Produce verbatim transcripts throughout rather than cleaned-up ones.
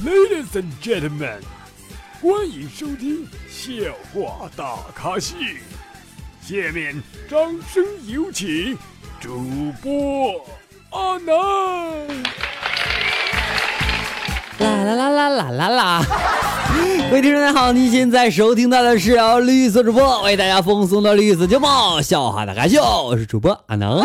Ladies and gentlemen， 欢迎收听笑话大咖秀。下面掌声有请主播阿南。 啦啦啦啦啦啦啦！各位听众大家好，你现在收听到的是由绿色主播为大家奉送的绿色节目笑话大咖秀，我是主播阿能。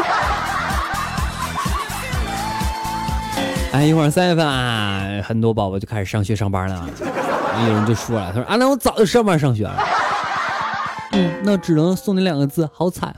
哎，一会儿三月份啊，很多宝宝就开始上学上班了。有人就说了，他说阿能我早就上班上学了。嗯，那只能送你两个字，好惨。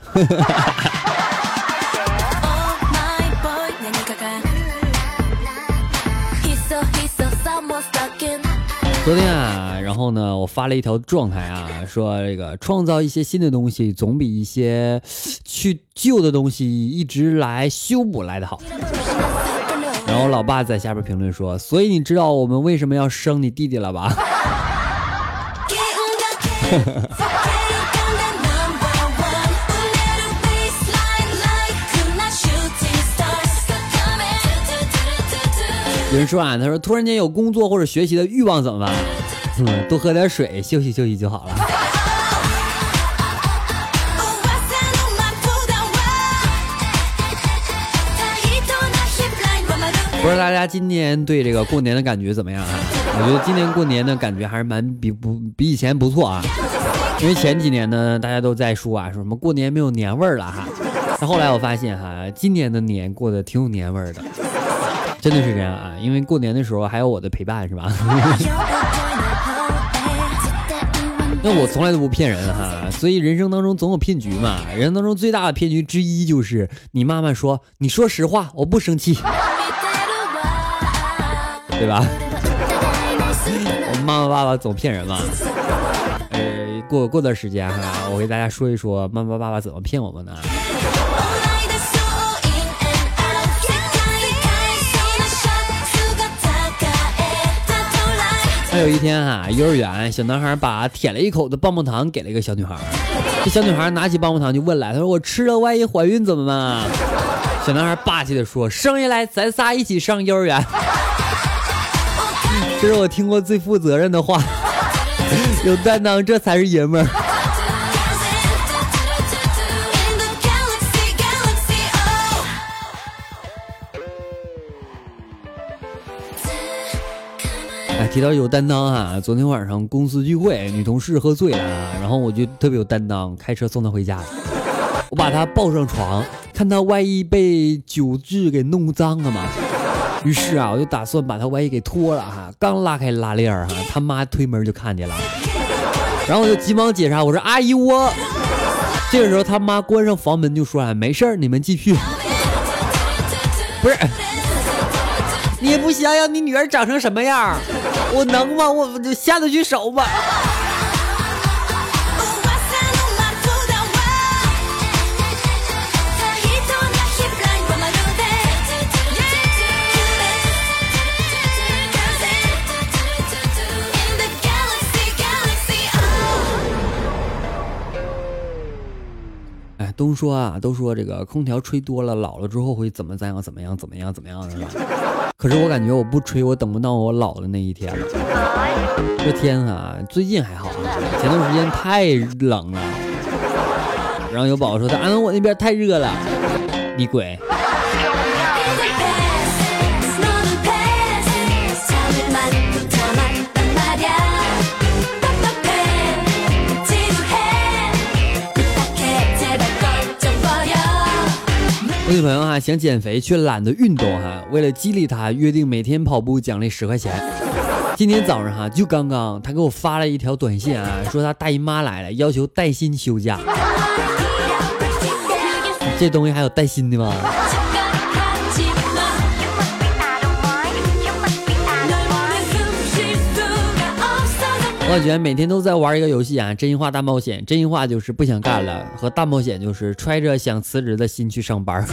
昨天啊，然后呢，我发了一条状态啊，说这个创造一些新的东西，总比一些去旧的东西一直来修补来的好。然后老爸在下边评论说，所以你知道我们为什么要生你弟弟了吧？有人说啊，他说突然间有工作或者学习的欲望怎么办？嗯，多喝点水，休息休息就好了。不知道大家今年对这个过年的感觉怎么样啊？我觉得今年过年的感觉还是蛮比不比以前不错啊。因为前几年呢，大家都在说啊，说什么过年没有年味儿了哈。但后来我发现哈，今年的年过得挺有年味儿的。真的是这样啊，因为过年的时候还有我的陪伴，是吧？那我从来都不骗人哈，所以人生当中总有骗局嘛。人生当中最大的骗局之一就是你妈妈说，你说实话，我不生气，对吧？我妈妈爸爸总骗人嘛。呃，过过段时间哈，我给大家说一说妈妈爸爸怎么骗我们的。还有一天啊，幼儿园小男孩把舔了一口的棒棒糖给了一个小女孩，这小女孩拿起棒棒糖就问来，她说我吃了万一怀孕怎么办啊？小男孩霸气的说，生下来咱仨一起上幼儿园。这是我听过最负责任的话，有担当这才是爷们儿。哎，提到有担当啊，昨天晚上公司聚会，女同事喝醉了，然后我就特别有担当，开车送她回家了。我把她抱上床，看她外衣被酒渍给弄脏了嘛，于是啊，我就打算把她外衣给脱了哈。刚拉开拉链哈，他妈推门就看见了，然后我就急忙解释，我说阿姨我。这个时候他妈关上房门就说啊，没事儿，你们继续。不是。你也不想想你女儿长成什么样，我能吗？我就下得去手吧。哎，都说啊，都说这个空调吹多了，老了之后会怎么怎样怎么样怎么样怎么样的。可是我感觉我不吹，我等不到我老的那一天了。这天啊，最近还好，前段时间太冷了。然后有宝宝说他安我那边太热了，你鬼！我女朋友啊想减肥却懒得运动哈，为了激励她，约定每天跑步奖励十块钱。今天早上哈，就刚刚她给我发了一条短信啊，说她大姨妈来了，要求带薪休假。这东西还有带薪的吗？我感觉每天都在玩一个游戏啊，真心话大冒险。真心话就是不想干了，和大冒险就是揣着想辞职的心去上班。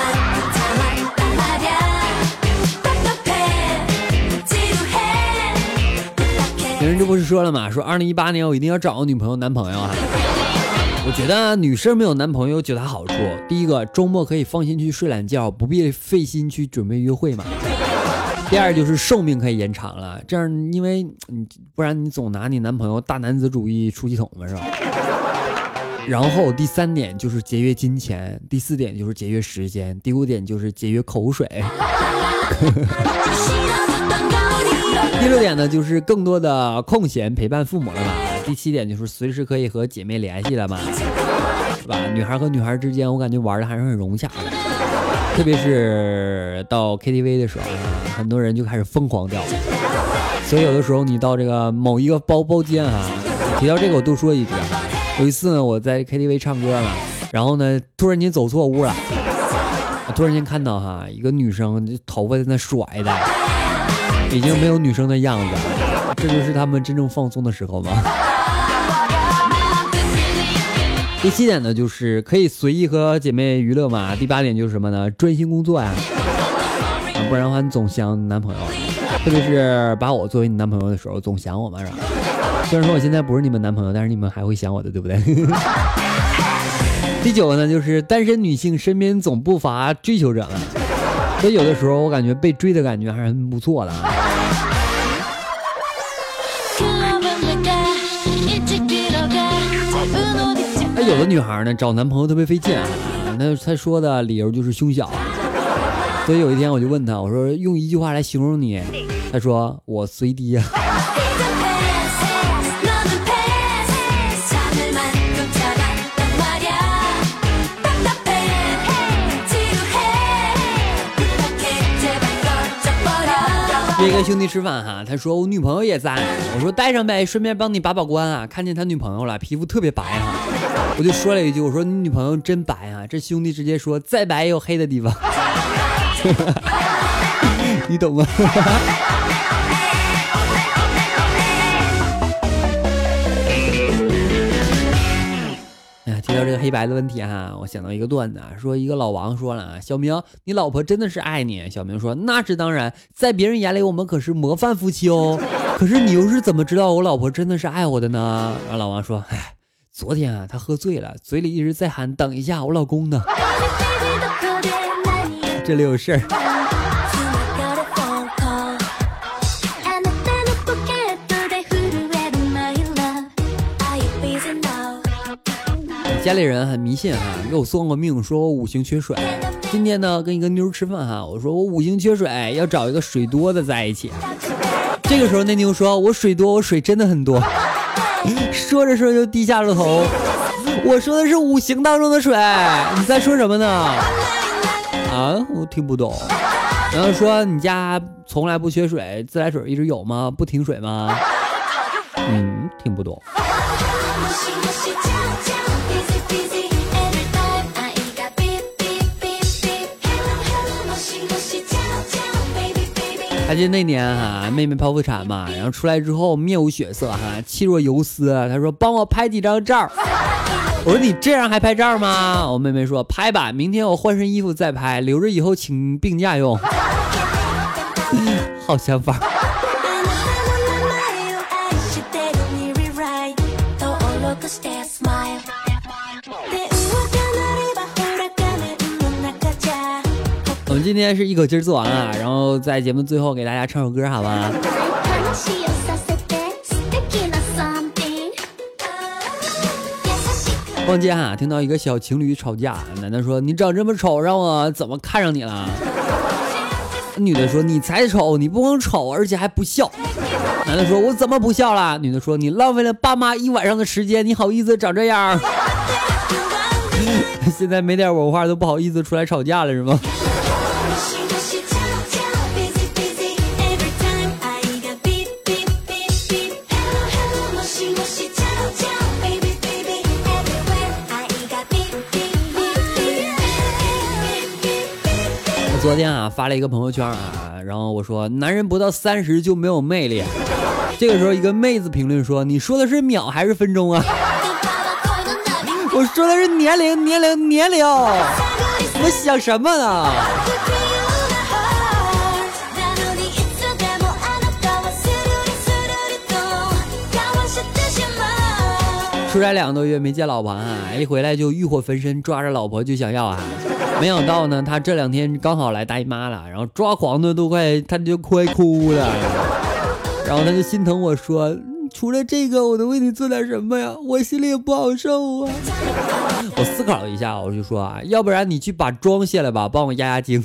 有人这不是说了嘛，说二零一八年我一定要找个女朋友男朋友啊。我觉得女生没有男朋友有几大好处，第一个，周末可以放心去睡懒觉，不必费心去准备约会嘛。 第二就是寿命可以延长了，这样因为你不然你总拿你男朋友大男子主义出气筒嘛，是吧？然后第三点就是节约金钱，第四点就是节约时间，第五点就是节约口水。第六点呢就是更多的空闲陪伴父母了吧。第七点就是随时可以和姐妹联系了嘛，是吧？女孩和女孩之间我感觉玩的还是很融洽的，特别是到 K T V 的时候，很多人就开始疯狂跳。所以有的时候你到这个某一个包包间啊，提到这个我多说一句，有一次呢我在 K T V 唱歌嘛，然后呢突然间走错屋了，突然间看到哈一个女生头发在那甩的，已经没有女生的样子，这就是他们真正放松的时候吗？第七点呢就是可以随意和姐妹娱乐嘛。第八点就是什么呢？专心工作呀、啊，不然的话你总想男朋友，特别是把我作为你男朋友的时候总想我嘛，是吧？虽然说我现在不是你们男朋友，但是你们还会想我的，对不对？第九个呢就是单身女性身边总不乏追求者了，所以有的时候我感觉被追的感觉还是很不错的啊。哎，有的女孩呢找男朋友特别费劲啊，那她说的理由就是胸小，所以有一天我就问她，我说用一句话来形容你，她说我随低啊。约一个兄弟吃饭哈，他说我女朋友也在，我说带上呗，顺便帮你把把关啊。看见他女朋友了，皮肤特别白哈，我就说了一句，我说你女朋友真白啊。这兄弟直接说再白也有黑的地方。你懂吗？提到这个黑白的问题哈，我想到一个段子，说一个老王说了，小明你老婆真的是爱你。小明说那是当然，在别人眼里我们可是模范夫妻哦，可是你又是怎么知道我老婆真的是爱我的呢？然后老王说，哎，昨天啊她喝醉了，嘴里一直在喊等一下我老公呢。这里有事儿。家里人很迷信哈，给我算过命，说我五行缺水。今天呢跟一个妞吃饭哈，我说我五行缺水，要找一个水多的在一起。这个时候那妞说我水多，我水真的很多。说着说着就低下了头。我说的是五行当中的水，你在说什么呢？啊，我听不懂。然后说你家从来不缺水，自来水一直有吗？不停水吗？嗯，听不懂。还记得那年哈、啊，妹妹剖腹产嘛，然后出来之后面无血色哈、啊，气若游丝。她说帮我拍几张照。我说你这样还拍照吗？我妹妹说拍吧，明天我换身衣服再拍，留着以后请病假用。好想法。我们今天是一口气做完了，然后在节目最后给大家唱首歌，好吧？逛街哈，听到一个小情侣吵架，男的说：“你长这么丑，让我怎么看上你了？”女的说：“你才丑，你不光丑，而且还不孝。”男的说：“我怎么不孝了？”女的说：“你浪费了爸妈一晚上的时间，你好意思长这样？”现在没点文化都不好意思出来吵架了是吗？昨天啊发了一个朋友圈啊，然后我说男人不到三十就没有魅力。这个时候一个妹子评论说，你说的是秒还是分钟啊？我说的是年龄年龄年龄，我想什么呢？ 出差两个多月没见老婆啊，一回来就欲火焚身，抓着老婆就想要啊。没想到呢，他这两天刚好来大姨妈了，然后抓狂的都快，他就快哭了。然后他就心疼我说，除了这个我能为你做点什么呀？我心里也不好受啊。我思考了一下，我就说啊，要不然你去把妆卸了吧，帮我压压惊。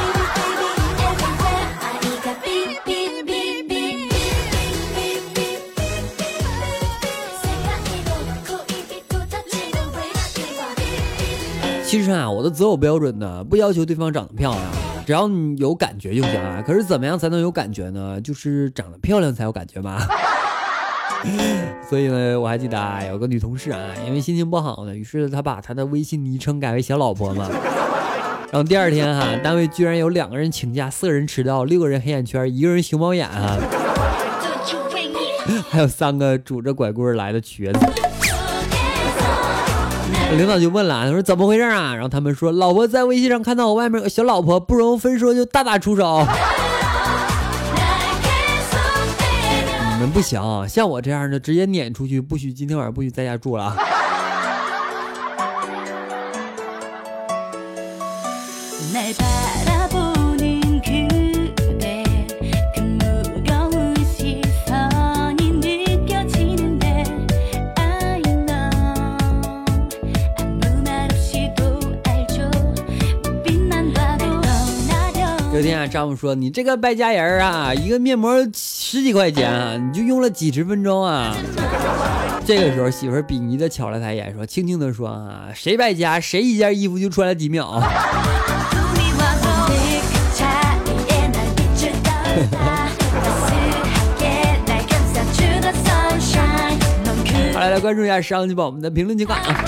其实啊，我的择偶标准呢，不要求对方长得漂亮，只要你有感觉就行啊。可是怎么样才能有感觉呢？就是长得漂亮才有感觉嘛。所以呢，我还记得啊，有个女同事啊，因为心情不好呢，于是她把她的微信昵称改为小老婆嘛。然后第二天哈、啊，单位居然有两个人请假，四个人迟到，六个人黑眼圈，一个人熊猫眼啊，还有三个拄着拐棍来的瘸子。领导就问了，他说怎么回事啊？然后他们说，老婆在微信上看到我外面有个小老婆，不容分说就大打出手。你们不行，像我这样的直接撵出去，不许今天晚上不许在家住了。有天啊，丈夫说，你这个败家人啊，一个面膜十几块钱啊，你就用了几十分钟啊。这个时候媳妇儿鄙夷的瞧了他一眼，说，轻轻的说啊，谁败家谁一件衣服就穿了几秒。好，来来关注一下上期宝宝们的评论情况啊。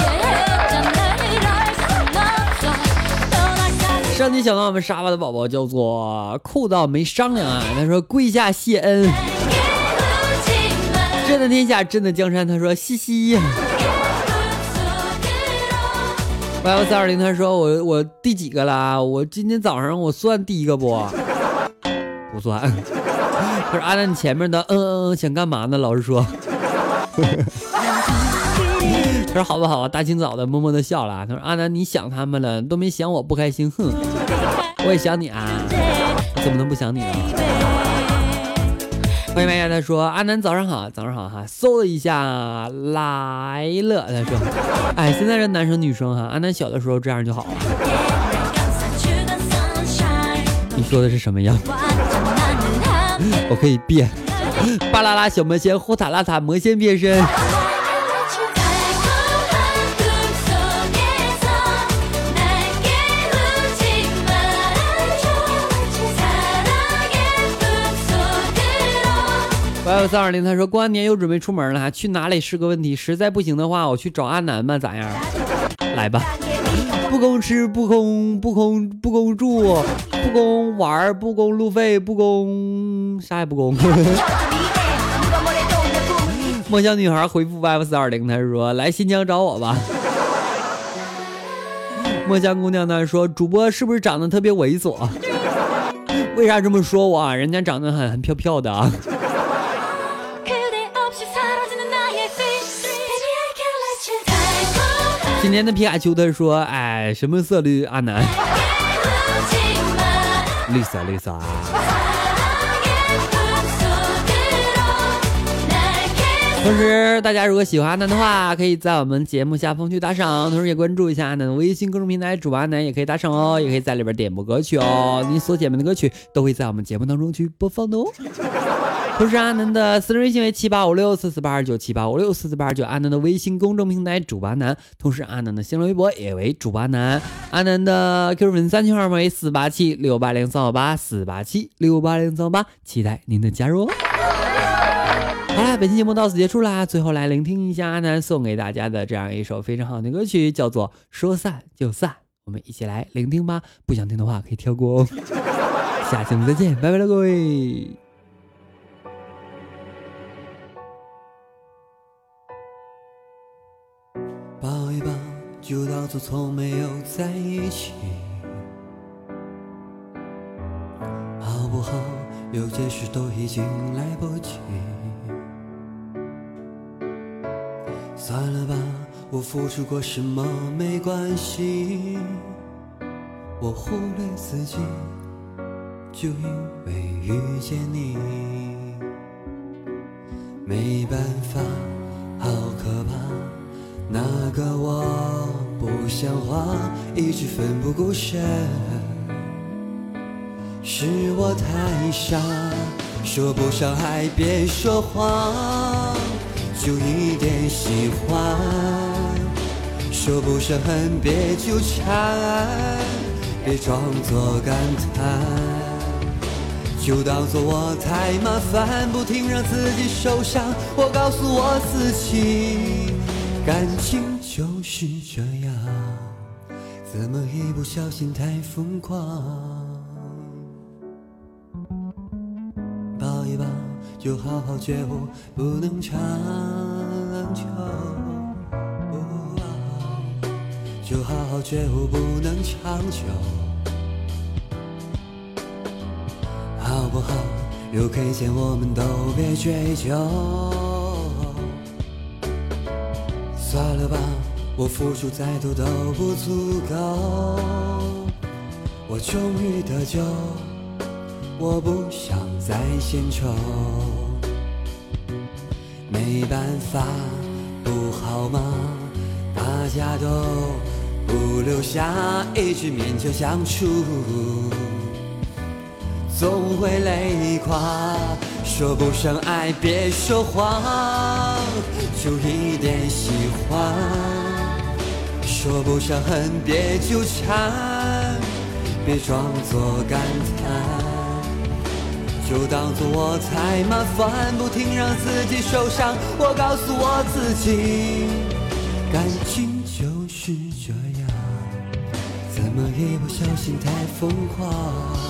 上期想到我们沙发的宝宝叫做酷到没商量啊，他说跪下谢恩。真的天下真的江山，他说嘻嘻。Y Y 三二零他说我我第几个啦？我今天早上我算第一个不？不算。他说阿南你前面的嗯嗯嗯想干嘛呢？老实说。他说好不好啊？大清早的默默的笑了。他说阿南你想他们了，都没想我不开心。哼，我也想你啊，我怎么能不想你呢？欢迎大家，他说阿南早上好，早上好哈，搜了一下来了。他说，哎，现在这男生女生哈，阿南小的时候这样就好了。你说的是什么样？我可以变，巴啦啦小魔仙，呼塔拉塔魔仙变身。Y Y 三二零他说过完年又准备出门了，去哪里是个问题，实在不行的话我去找阿南吧，咋样？来吧，不供吃不供不供不供住不供玩不供路费不供啥也不供。梦想女孩回复 Y Y 四二零他说来新疆找我吧。梦想姑娘呢说主播是不是长得特别猥琐？为啥这么说我啊？人家长得很很飘飘的啊。今年的皮卡丘他说哎什么色绿阿南？绿色绿色啊。同时大家如果喜欢阿南的话，可以在我们节目下方去打赏，同时也关注一下阿南的微信公众平台主播阿南，也可以打赏哦，也可以在里边点播歌曲哦，您所点播的歌曲都会在我们节目当中去播放的哦。同时阿南的私人微信为七八五六四四八二九七八五六四四八二九，阿南的微信公众平台主播阿南，同时阿南的新浪微博也为主播阿南，阿南的 Q 粉三群号为四八七六八零三五八四八七六八零三五八，期待您的加入哦。好啦，本期节目到此结束啦，最后来聆听一下阿南送给大家的这样一首非常好的歌曲，叫做说散就散，我们一起来聆听吧，不想听的话可以跳过哦。下期我们再见，拜拜了各位。抱一抱就当作从没有在一起，好不好有些事都已经来不及， 算了吧，我付出过什么没关系，我忽略自己，就因为遇见你。没办法，好可怕，那个我不像话，一直奋不顾身，是我太傻，说不上爱别说谎，就一点喜欢，说不上恨别纠缠，别装作感叹，就当作我太麻烦，不停让自己受伤。我告诉我自己，感情就是这样，怎么一不小心太疯狂。抱一抱，就好好觉悟，不能长久。就好好觉悟，不能长久。好不好？有 K 见我们都别追究。算了吧，我付出再多都不足够。我终于得救，我不想再献丑。没办法，不好吗？大家都不留下，一直勉强相处，总会累垮。说不上爱别说谎，就一点喜欢，说不上恨别纠缠，别装作感叹，就当作我太麻烦，不停让自己受伤。我告诉我自己，感情就是这样，怎么一不小心太疯狂。